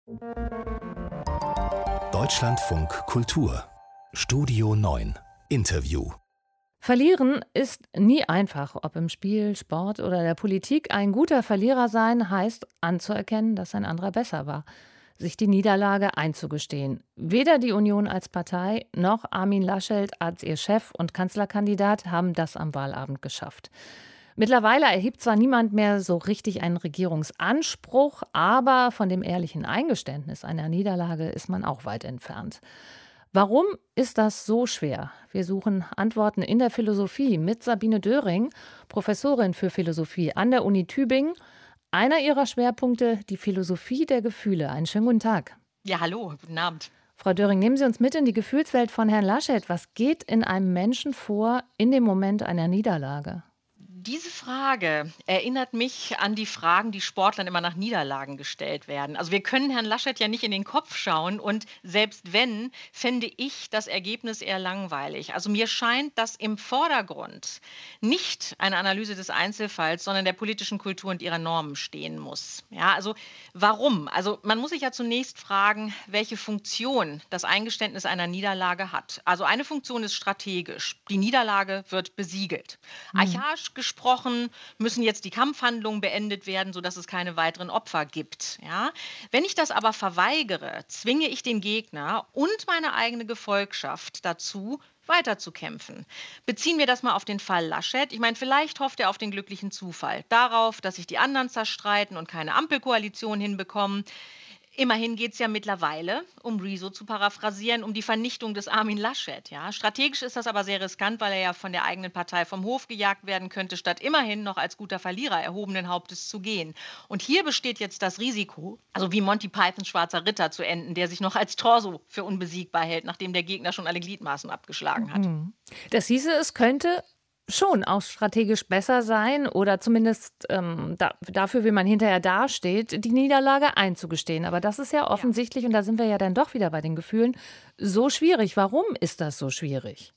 Deutschlandfunk Kultur Studio 9 Interview. Verlieren ist nie einfach, ob im Spiel, Sport oder der Politik. Ein guter Verlierer sein heißt anzuerkennen, dass ein anderer besser war, sich die Niederlage einzugestehen. Weder die Union als Partei noch Armin Laschet als ihr Chef und Kanzlerkandidat haben das am Wahlabend geschafft. Mittlerweile erhebt zwar niemand mehr so richtig einen Regierungsanspruch, aber von dem ehrlichen Eingeständnis einer Niederlage ist man auch weit entfernt. Warum ist das so schwer? Wir suchen Antworten in der Philosophie mit Sabine Döring, Professorin für Philosophie an der Uni Tübingen. Einer ihrer Schwerpunkte, die Philosophie der Gefühle. Einen schönen guten Tag. Ja, hallo, guten Abend. Frau Döring, nehmen Sie uns mit in die Gefühlswelt von Herrn Laschet. Was geht in einem Menschen vor in dem Moment einer Niederlage? Diese Frage erinnert mich an die Fragen, die Sportlern immer nach Niederlagen gestellt werden. Also wir können Herrn Laschet ja nicht in den Kopf schauen und selbst wenn, fände ich das Ergebnis eher langweilig. Also mir scheint, dass im Vordergrund nicht eine Analyse des Einzelfalls, sondern der politischen Kultur und ihrer Normen stehen muss. Ja, also warum? Also man muss sich ja zunächst fragen, welche Funktion das Eingeständnis einer Niederlage hat. Also eine Funktion ist strategisch. Die Niederlage wird besiegelt. Archaisch gesprochen müssen jetzt die Kampfhandlungen beendet werden, sodass es keine weiteren Opfer gibt. Ja? Wenn ich das aber verweigere, zwinge ich den Gegner und meine eigene Gefolgschaft dazu, weiterzukämpfen. Beziehen wir das mal auf den Fall Laschet. Ich meine, vielleicht hofft er auf den glücklichen Zufall, darauf, dass sich die anderen zerstreiten und keine Ampelkoalition hinbekommen. Immerhin geht es ja mittlerweile, um Rezo zu paraphrasieren, um die Vernichtung des Armin Laschet. Ja? Strategisch ist das aber sehr riskant, weil er ja von der eigenen Partei vom Hof gejagt werden könnte, statt immerhin noch als guter Verlierer erhobenen Hauptes zu gehen. Und hier besteht jetzt das Risiko, also wie Monty Pythons Schwarzer Ritter zu enden, der sich noch als Torso für unbesiegbar hält, nachdem der Gegner schon alle Gliedmaßen abgeschlagen hat. Das hieße, es könnte schon auch strategisch besser sein oder zumindest dafür, wie man hinterher dasteht, die Niederlage einzugestehen. Aber das ist ja offensichtlich, und da sind wir ja dann doch wieder bei den Gefühlen, so schwierig. Warum ist das so schwierig?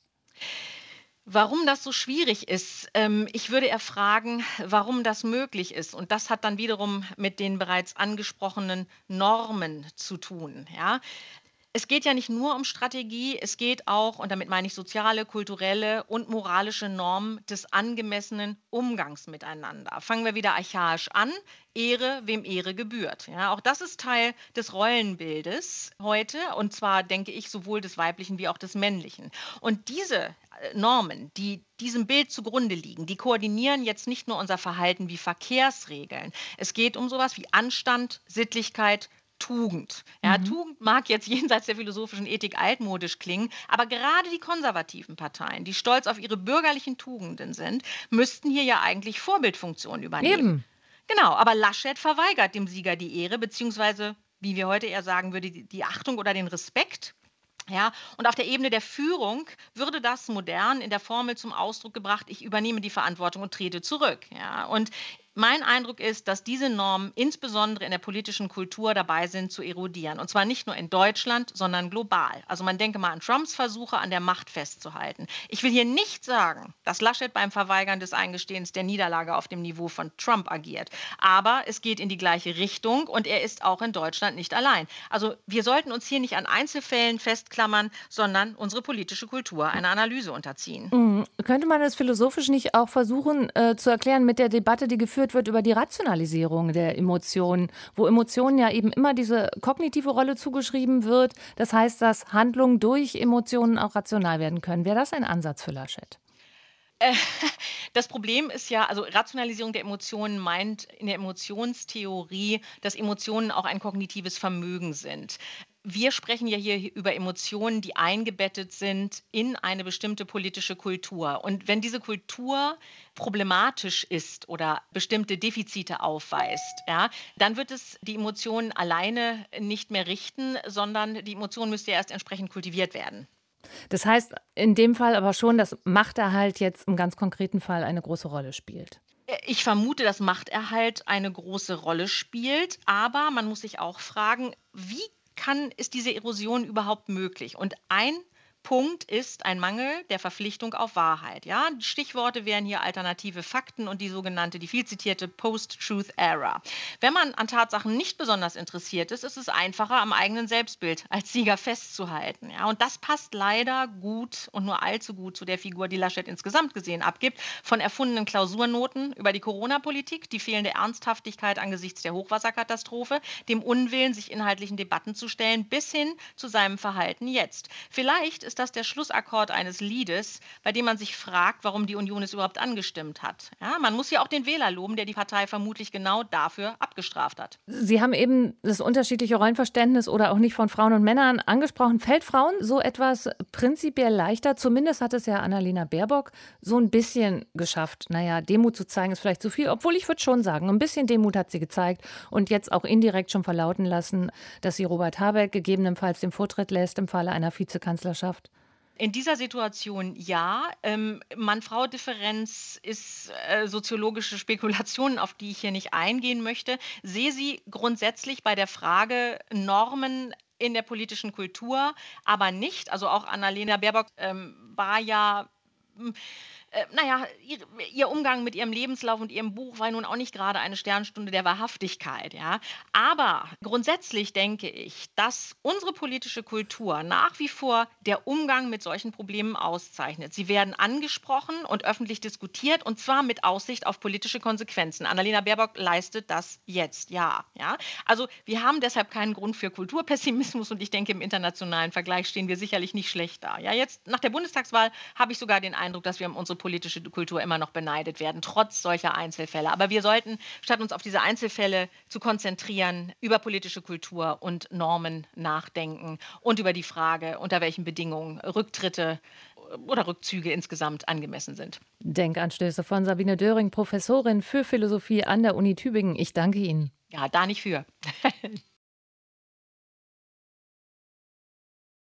Warum das so schwierig ist? Ich würde eher fragen, warum das möglich ist. Und das hat dann wiederum mit den bereits angesprochenen Normen zu tun. Ja? Es geht ja nicht nur um Strategie, es geht auch, und damit meine ich soziale, kulturelle und moralische Normen des angemessenen Umgangs miteinander. Fangen wir wieder archaisch an. Ehre, wem Ehre gebührt. Ja, auch das ist Teil des Rollenbildes heute, und zwar denke ich sowohl des weiblichen wie auch des männlichen. Und diese Normen, die diesem Bild zugrunde liegen, die koordinieren jetzt nicht nur unser Verhalten wie Verkehrsregeln. Es geht um sowas wie Anstand, Sittlichkeit, Tugend. Ja, Tugend mag jetzt jenseits der philosophischen Ethik altmodisch klingen, aber gerade die konservativen Parteien, die stolz auf ihre bürgerlichen Tugenden sind, müssten hier ja eigentlich Vorbildfunktionen übernehmen. Eben. Genau, aber Laschet verweigert dem Sieger die Ehre, beziehungsweise, wie wir heute eher sagen würde, die Achtung oder den Respekt. Ja, und auf der Ebene der Führung würde das modern in der Formel zum Ausdruck gebracht: Ich übernehme die Verantwortung und trete zurück. Ja, und mein Eindruck ist, dass diese Normen insbesondere in der politischen Kultur dabei sind zu erodieren. Und zwar nicht nur in Deutschland, sondern global. Also man denke mal an Trumps Versuche, an der Macht festzuhalten. Ich will hier nicht sagen, dass Laschet beim Verweigern des Eingestehens der Niederlage auf dem Niveau von Trump agiert. Aber es geht in die gleiche Richtung und er ist auch in Deutschland nicht allein. Also wir sollten uns hier nicht an Einzelfällen festklammern, sondern unsere politische Kultur einer Analyse unterziehen. Könnte man es philosophisch nicht auch versuchen zu erklären mit der Debatte, die geführt wird über die Rationalisierung der Emotionen, wo Emotionen ja eben immer diese kognitive Rolle zugeschrieben wird. Das heißt, dass Handlungen durch Emotionen auch rational werden können. Wäre das ein Ansatz für Laschet? Das Problem ist ja, also Rationalisierung der Emotionen meint in der Emotionstheorie, dass Emotionen auch ein kognitives Vermögen sind. Wir sprechen ja hier über Emotionen, die eingebettet sind in eine bestimmte politische Kultur. Und wenn diese Kultur problematisch ist oder bestimmte Defizite aufweist, ja, dann wird es die Emotionen alleine nicht mehr richten, sondern die Emotion müsste ja erst entsprechend kultiviert werden. Das heißt in dem Fall aber schon, dass Machterhalt jetzt im ganz konkreten Fall eine große Rolle spielt. Ich vermute, dass Machterhalt eine große Rolle spielt, aber man muss sich auch fragen, ist diese Erosion überhaupt möglich? Und ein Punkt ist ein Mangel der Verpflichtung auf Wahrheit. Ja? Stichworte wären hier alternative Fakten und die viel zitierte Post-Truth-Era. Wenn man an Tatsachen nicht besonders interessiert ist, ist es einfacher, am eigenen Selbstbild als Sieger festzuhalten. Ja? Und das passt leider gut und nur allzu gut zu der Figur, die Laschet insgesamt gesehen abgibt, von erfundenen Klausurnoten über die Corona-Politik, die fehlende Ernsthaftigkeit angesichts der Hochwasserkatastrophe, dem Unwillen, sich inhaltlichen Debatten zu stellen, bis hin zu seinem Verhalten jetzt. Vielleicht ist das der Schlussakkord eines Liedes, bei dem man sich fragt, warum die Union es überhaupt angestimmt hat. Ja, man muss ja auch den Wähler loben, der die Partei vermutlich genau dafür abgestraft hat. Sie haben eben das unterschiedliche Rollenverständnis oder auch nicht von Frauen und Männern angesprochen. Fällt Frauen so etwas prinzipiell leichter? Zumindest hat es ja Annalena Baerbock so ein bisschen geschafft. Naja, Demut zu zeigen ist vielleicht zu viel, obwohl ich würde schon sagen, ein bisschen Demut hat sie gezeigt und jetzt auch indirekt schon verlauten lassen, dass sie Robert Habeck gegebenenfalls den Vortritt lässt im Falle einer Vizekanzlerschaft. In dieser Situation ja. Mann-Frau-Differenz ist soziologische Spekulation, auf die ich hier nicht eingehen möchte. Sehe sie grundsätzlich bei der Frage Normen in der politischen Kultur, aber nicht. Also auch Annalena Baerbock war ja ihr Umgang mit ihrem Lebenslauf und ihrem Buch war nun auch nicht gerade eine Sternstunde der Wahrhaftigkeit. Ja? Aber grundsätzlich denke ich, dass unsere politische Kultur nach wie vor der Umgang mit solchen Problemen auszeichnet. Sie werden angesprochen und öffentlich diskutiert und zwar mit Aussicht auf politische Konsequenzen. Annalena Baerbock leistet das jetzt, ja. Also wir haben deshalb keinen Grund für Kulturpessimismus und ich denke, im internationalen Vergleich stehen wir sicherlich nicht schlecht da. Ja, jetzt nach der Bundestagswahl habe ich sogar den Eindruck, dass wir um unsere politische Kultur immer noch beneidet werden, trotz solcher Einzelfälle. Aber wir sollten, statt uns auf diese Einzelfälle zu konzentrieren, über politische Kultur und Normen nachdenken und über die Frage, unter welchen Bedingungen Rücktritte oder Rückzüge insgesamt angemessen sind. Denkanstöße von Sabine Döring, Professorin für Philosophie an der Uni Tübingen. Ich danke Ihnen. Ja, da nicht für.